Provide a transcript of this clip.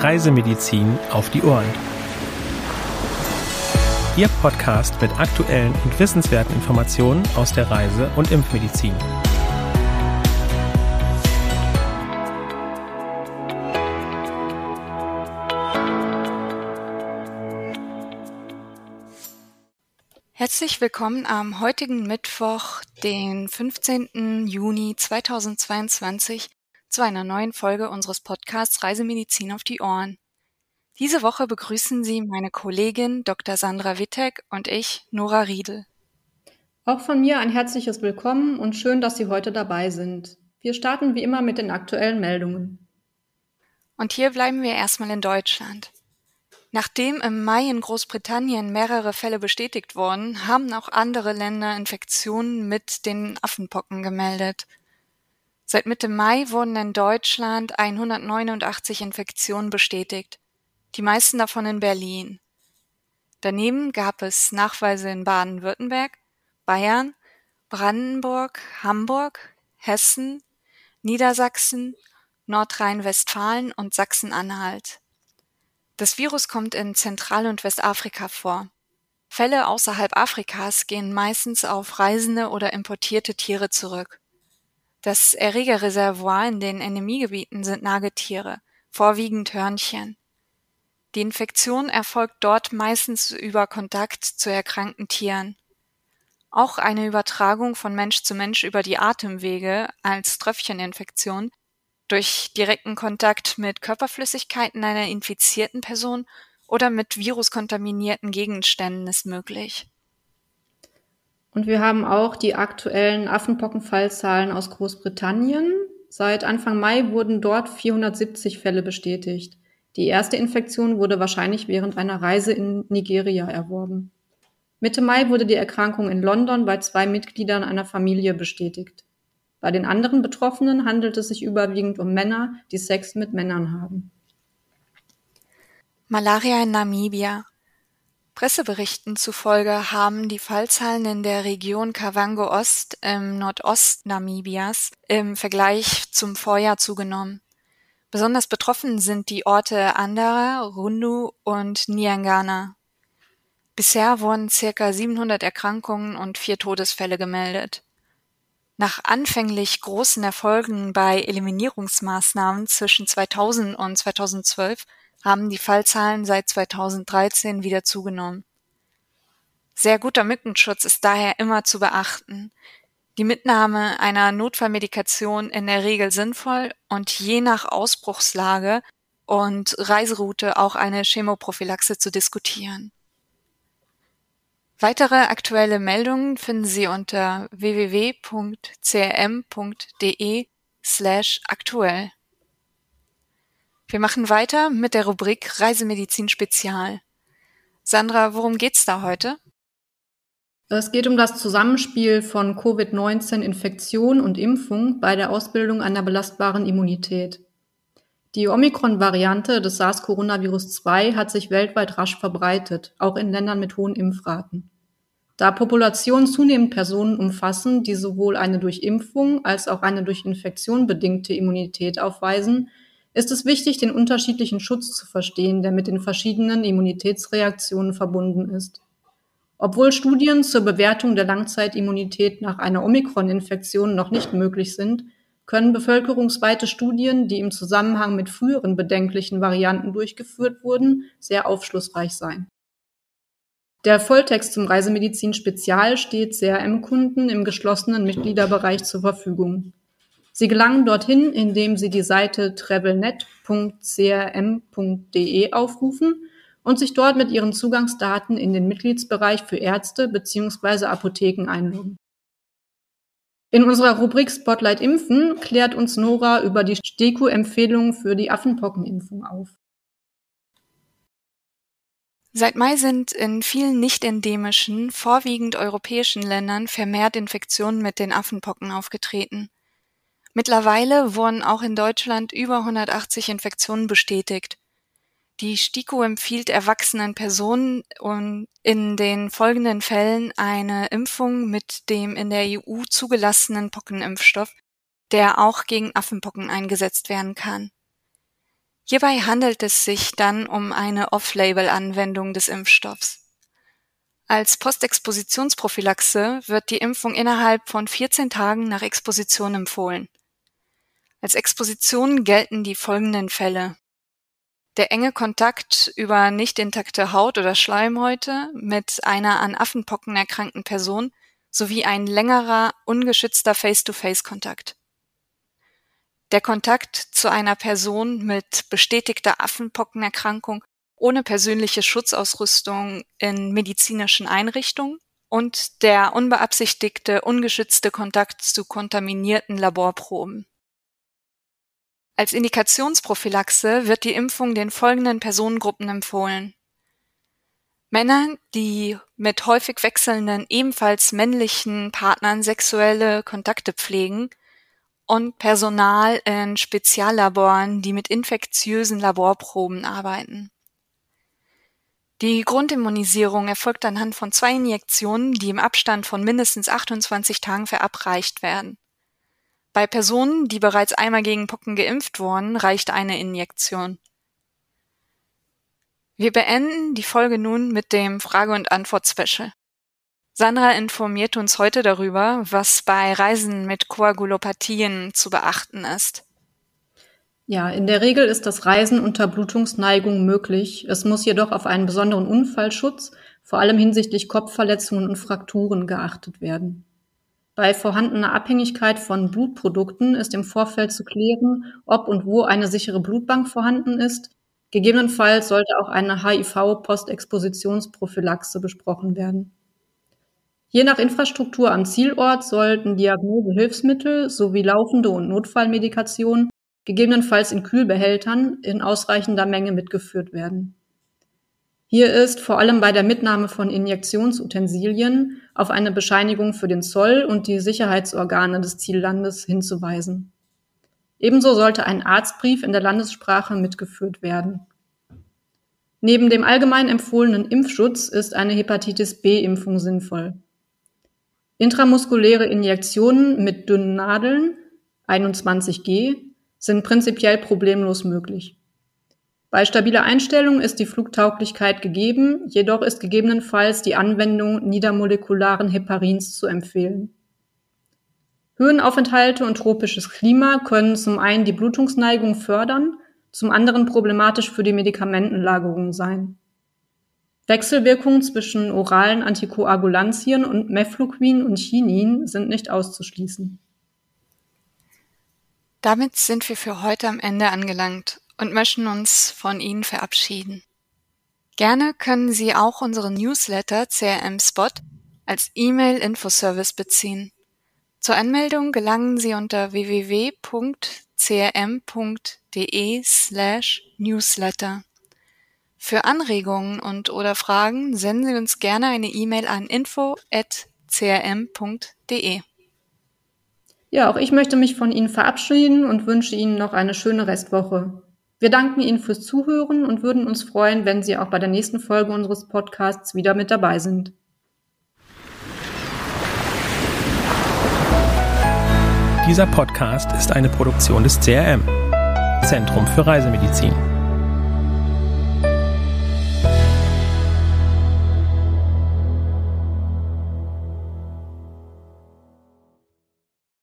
Reisemedizin auf die Ohren. Ihr Podcast mit aktuellen und wissenswerten Informationen aus der Reise- und Impfmedizin. Herzlich willkommen am heutigen Mittwoch, den 15. Juni 2022, zu einer neuen Folge unseres Podcasts Reisemedizin auf die Ohren. Diese Woche begrüßen Sie meine Kollegin Dr. Sandra Wittek und ich, Nora Riedel. Auch von mir ein herzliches Willkommen und schön, dass Sie heute dabei sind. Wir starten wie immer mit den aktuellen Meldungen. Und hier bleiben wir erstmal in Deutschland. Nachdem im Mai in Großbritannien mehrere Fälle bestätigt wurden, haben auch andere Länder Infektionen mit den Affenpocken gemeldet. Seit Mitte Mai wurden in Deutschland 189 Infektionen bestätigt, die meisten davon in Berlin. Daneben gab es Nachweise in Baden-Württemberg, Bayern, Brandenburg, Hamburg, Hessen, Niedersachsen, Nordrhein-Westfalen und Sachsen-Anhalt. Das Virus kommt in Zentral- und Westafrika vor. Fälle außerhalb Afrikas gehen meistens auf reisende oder importierte Tiere zurück. Das Erregerreservoir in den Endemiegebieten sind Nagetiere, vorwiegend Hörnchen. Die Infektion erfolgt dort meistens über Kontakt zu erkrankten Tieren. Auch eine Übertragung von Mensch zu Mensch über die Atemwege als Tröpfcheninfektion durch direkten Kontakt mit Körperflüssigkeiten einer infizierten Person oder mit viruskontaminierten Gegenständen ist möglich. Und wir haben auch die aktuellen Affenpockenfallzahlen aus Großbritannien. Seit Anfang Mai wurden dort 470 Fälle bestätigt. Die erste Infektion wurde wahrscheinlich während einer Reise in Nigeria erworben. Mitte Mai wurde die Erkrankung in London bei 2 Mitgliedern einer Familie bestätigt. Bei den anderen Betroffenen handelt es sich überwiegend um Männer, die Sex mit Männern haben. Malaria in Namibia. Presseberichten zufolge haben die Fallzahlen in der Region Kavango Ost im Nordost Namibias im Vergleich zum Vorjahr zugenommen. Besonders betroffen sind die Orte Andara, Rundu und Nyangana. Bisher wurden ca. 700 Erkrankungen und 4 Todesfälle gemeldet. Nach anfänglich großen Erfolgen bei Eliminierungsmaßnahmen zwischen 2000 und 2012 haben die Fallzahlen seit 2013 wieder zugenommen. Sehr guter Mückenschutz ist daher immer zu beachten. Die Mitnahme einer Notfallmedikation in der Regel sinnvoll und je nach Ausbruchslage und Reiseroute auch eine Chemoprophylaxe zu diskutieren. Weitere aktuelle Meldungen finden Sie unter www.crm.de/aktuell. Wir machen weiter mit der Rubrik Reisemedizin Spezial. Sandra, worum geht's da heute? Es geht um das Zusammenspiel von Covid-19-Infektion und Impfung bei der Ausbildung einer belastbaren Immunität. Die Omikron-Variante des SARS-CoV-2 hat sich weltweit rasch verbreitet, auch in Ländern mit hohen Impfraten. Da Populationen zunehmend Personen umfassen, die sowohl eine durch Impfung als auch eine durch Infektion bedingte Immunität aufweisen, ist es wichtig, den unterschiedlichen Schutz zu verstehen, der mit den verschiedenen Immunitätsreaktionen verbunden ist. Obwohl Studien zur Bewertung der Langzeitimmunität nach einer Omikron-Infektion noch nicht möglich sind, können bevölkerungsweite Studien, die im Zusammenhang mit früheren bedenklichen Varianten durchgeführt wurden, sehr aufschlussreich sein. Der Volltext zum Reisemedizin-Spezial steht CRM-Kunden im geschlossenen Mitgliederbereich zur Verfügung. Sie gelangen dorthin, indem Sie die Seite travelnet.crm.de aufrufen und sich dort mit Ihren Zugangsdaten in den Mitgliedsbereich für Ärzte bzw. Apotheken einloggen. In unserer Rubrik Spotlight Impfen klärt uns Nora über die STIKO-Empfehlungen für die Affenpockenimpfung auf. Seit Mai sind in vielen nicht-endemischen, vorwiegend europäischen Ländern vermehrt Infektionen mit den Affenpocken aufgetreten. Mittlerweile wurden auch in Deutschland über 180 Infektionen bestätigt. Die STIKO empfiehlt erwachsenen Personen in den folgenden Fällen eine Impfung mit dem in der EU zugelassenen Pockenimpfstoff, der auch gegen Affenpocken eingesetzt werden kann. Hierbei handelt es sich dann um eine Off-Label-Anwendung des Impfstoffs. Als Postexpositionsprophylaxe wird die Impfung innerhalb von 14 Tagen nach Exposition empfohlen. Als Exposition gelten die folgenden Fälle: der enge Kontakt über nicht intakte Haut oder Schleimhäute mit einer an Affenpocken erkrankten Person sowie ein längerer, ungeschützter Face-to-Face-Kontakt. Der Kontakt zu einer Person mit bestätigter Affenpockenerkrankung ohne persönliche Schutzausrüstung in medizinischen Einrichtungen und der unbeabsichtigte, ungeschützte Kontakt zu kontaminierten Laborproben. Als Indikationsprophylaxe wird die Impfung den folgenden Personengruppen empfohlen: Männer, die mit häufig wechselnden, ebenfalls männlichen Partnern sexuelle Kontakte pflegen, und Personal in Speziallaboren, die mit infektiösen Laborproben arbeiten. Die Grundimmunisierung erfolgt anhand von 2 Injektionen, die im Abstand von mindestens 28 Tagen verabreicht werden. Bei Personen, die bereits einmal gegen Pocken geimpft wurden, reicht eine Injektion. Wir beenden die Folge nun mit dem Frage- und Antwort-Special. Sandra informiert uns heute darüber, was bei Reisen mit Koagulopathien zu beachten ist. Ja, in der Regel ist das Reisen unter Blutungsneigung möglich. Es muss jedoch auf einen besonderen Unfallschutz, vor allem hinsichtlich Kopfverletzungen und Frakturen, geachtet werden. Bei vorhandener Abhängigkeit von Blutprodukten ist im Vorfeld zu klären, ob und wo eine sichere Blutbank vorhanden ist. Gegebenenfalls sollte auch eine HIV-Postexpositionsprophylaxe besprochen werden. Je nach Infrastruktur am Zielort sollten Diagnosehilfsmittel sowie laufende und Notfallmedikation gegebenenfalls in Kühlbehältern in ausreichender Menge mitgeführt werden. Hier ist vor allem bei der Mitnahme von Injektionsutensilien auf eine Bescheinigung für den Zoll und die Sicherheitsorgane des Ziellandes hinzuweisen. Ebenso sollte ein Arztbrief in der Landessprache mitgeführt werden. Neben dem allgemein empfohlenen Impfschutz ist eine Hepatitis-B-Impfung sinnvoll. Intramuskuläre Injektionen mit dünnen Nadeln, 21G, sind prinzipiell problemlos möglich. Bei stabiler Einstellung ist die Flugtauglichkeit gegeben, jedoch ist gegebenenfalls die Anwendung niedermolekularen Heparins zu empfehlen. Höhenaufenthalte und tropisches Klima können zum einen die Blutungsneigung fördern, zum anderen problematisch für die Medikamentenlagerung sein. Wechselwirkungen zwischen oralen Antikoagulantien und Mefloquin und Chinin sind nicht auszuschließen. Damit sind wir für heute am Ende angelangt und möchten uns von Ihnen verabschieden. Gerne können Sie auch unseren Newsletter CRM Spot als E-Mail-Infoservice beziehen. Zur Anmeldung gelangen Sie unter www.crm.de/newsletter. Für Anregungen und/oder Fragen senden Sie uns gerne eine E-Mail an info@crm.de. Ja, auch ich möchte mich von Ihnen verabschieden und wünsche Ihnen noch eine schöne Restwoche. Wir danken Ihnen fürs Zuhören und würden uns freuen, wenn Sie auch bei der nächsten Folge unseres Podcasts wieder mit dabei sind. Dieser Podcast ist eine Produktion des CRM, Zentrum für Reisemedizin.